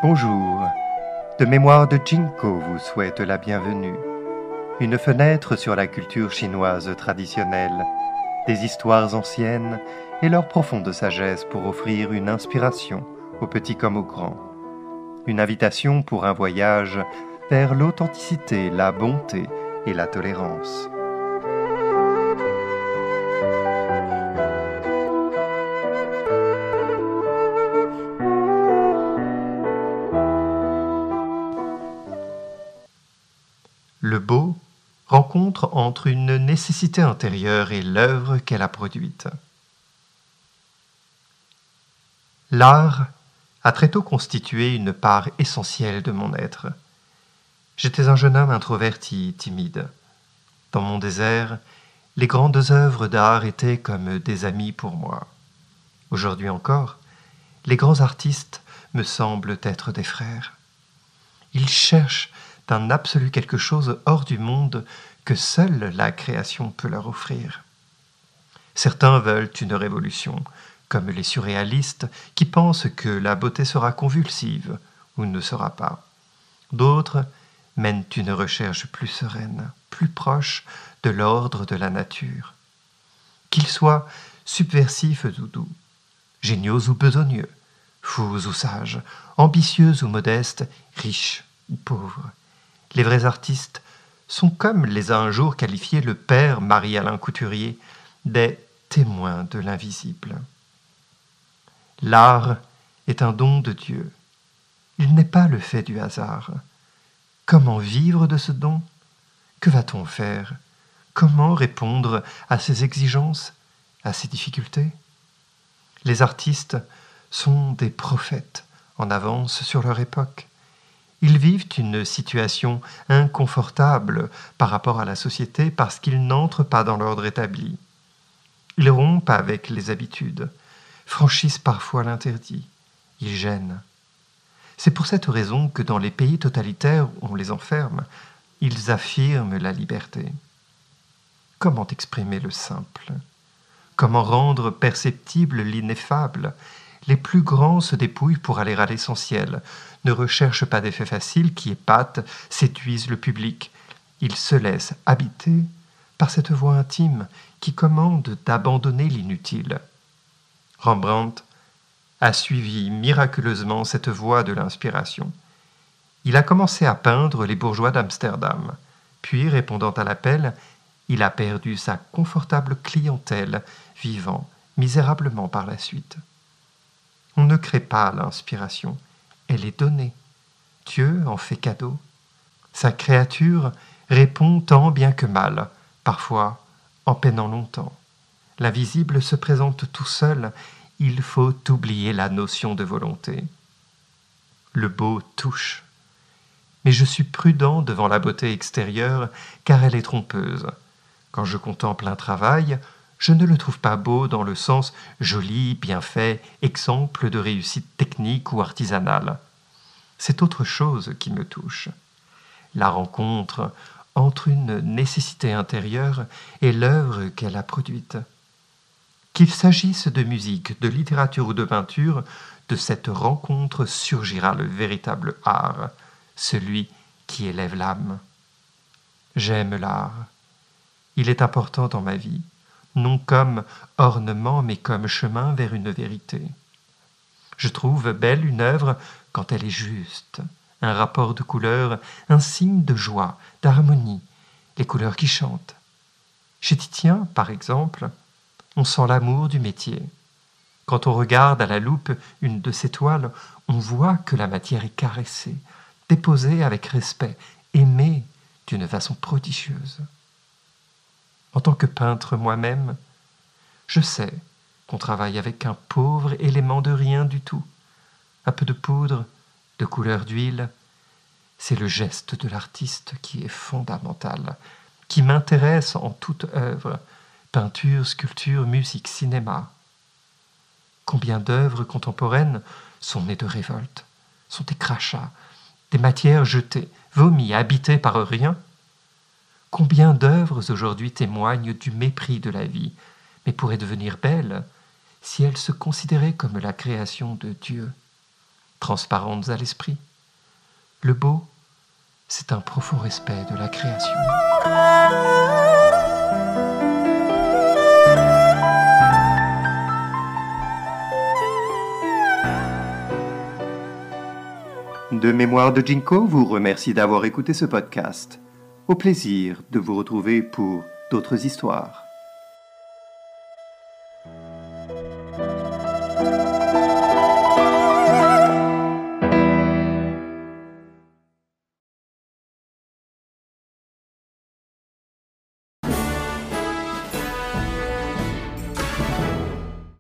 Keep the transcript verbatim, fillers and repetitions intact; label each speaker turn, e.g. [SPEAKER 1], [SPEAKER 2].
[SPEAKER 1] Bonjour, de Mémoire de Jinko vous souhaite la bienvenue. Une fenêtre sur la culture chinoise traditionnelle, des histoires anciennes et leur profonde sagesse pour offrir une inspiration aux petits comme aux grands. Une invitation pour un voyage vers l'authenticité, la bonté et la tolérance. Le beau rencontre entre une nécessité intérieure et l'œuvre qu'elle a produite. L'art a très tôt constitué une part essentielle de mon être. J'étais un jeune homme introverti, timide. Dans mon désert, les grandes œuvres d'art étaient comme des amis pour moi. Aujourd'hui encore, les grands artistes me semblent être des frères. Ils cherchent d'un absolu quelque chose hors du monde que seule la création peut leur offrir. Certains veulent une révolution, comme les surréalistes qui pensent que la beauté sera convulsive ou ne sera pas. D'autres mènent une recherche plus sereine, plus proche de l'ordre de la nature. Qu'ils soient subversifs ou doux, géniaux ou besogneux, fous ou sages, ambitieux ou modestes, riches ou pauvres, les vrais artistes sont, comme les a un jour qualifiés le père Marie-Alain Couturier, des témoins de l'invisible. L'art est un don de Dieu. Il n'est pas le fait du hasard. Comment vivre de ce don? Que va-t-on faire? Comment répondre à ses exigences, à ses difficultés? Les artistes sont des prophètes en avance sur leur époque. Ils vivent une situation inconfortable par rapport à la société parce qu'ils n'entrent pas dans l'ordre établi. Ils rompent avec les habitudes, franchissent parfois l'interdit, ils gênent. C'est pour cette raison que dans les pays totalitaires où on les enferme, ils affirment la liberté. Comment exprimer le simple? Comment rendre perceptible l'ineffable? Les plus grands se dépouillent pour aller à l'essentiel, ne recherchent pas d'effets faciles qui épatent, séduisent le public. Ils se laissent habiter par cette voix intime qui commande d'abandonner l'inutile. Rembrandt a suivi miraculeusement cette voie de l'inspiration. Il a commencé à peindre les bourgeois d'Amsterdam, puis, répondant à l'appel, il a perdu sa confortable clientèle, vivant misérablement par la suite. On ne crée pas l'inspiration, elle est donnée. Dieu en fait cadeau. Sa créature répond tant bien que mal, parfois en peinant longtemps. L'invisible se présente tout seul, il faut oublier la notion de volonté. Le beau touche. Mais je suis prudent devant la beauté extérieure, car elle est trompeuse. Quand je contemple un travail, je ne le trouve pas beau dans le sens joli, bien fait, exemple de réussite technique ou artisanale. C'est autre chose qui me touche. La rencontre entre une nécessité intérieure et l'œuvre qu'elle a produite. Qu'il s'agisse de musique, de littérature ou de peinture, de cette rencontre surgira le véritable art, celui qui élève l'âme. J'aime l'art. Il est important dans ma vie, non comme ornement, mais comme chemin vers une vérité. Je trouve belle une œuvre quand elle est juste, un rapport de couleurs, un signe de joie, d'harmonie, les couleurs qui chantent. Chez Titien, par exemple, on sent l'amour du métier. Quand on regarde à la loupe une de ses toiles, on voit que la matière est caressée, déposée avec respect, aimée d'une façon prodigieuse. En tant que peintre moi-même, je sais qu'on travaille avec un pauvre élément de rien du tout. Un peu de poudre, de couleur d'huile. C'est le geste de l'artiste qui est fondamental, qui m'intéresse en toute œuvre, peinture, sculpture, musique, cinéma. Combien d'œuvres contemporaines sont nées de révolte, sont des crachats, des matières jetées, vomies, habitées par rien? Combien d'œuvres aujourd'hui témoignent du mépris de la vie, mais pourraient devenir belles si elles se considéraient comme la création de Dieu? transparentes à l'esprit. Le beau, c'est un profond respect de la création. De Mémoire de Jinko vous remercie d'avoir écouté ce podcast. Au plaisir de vous retrouver pour d'autres histoires.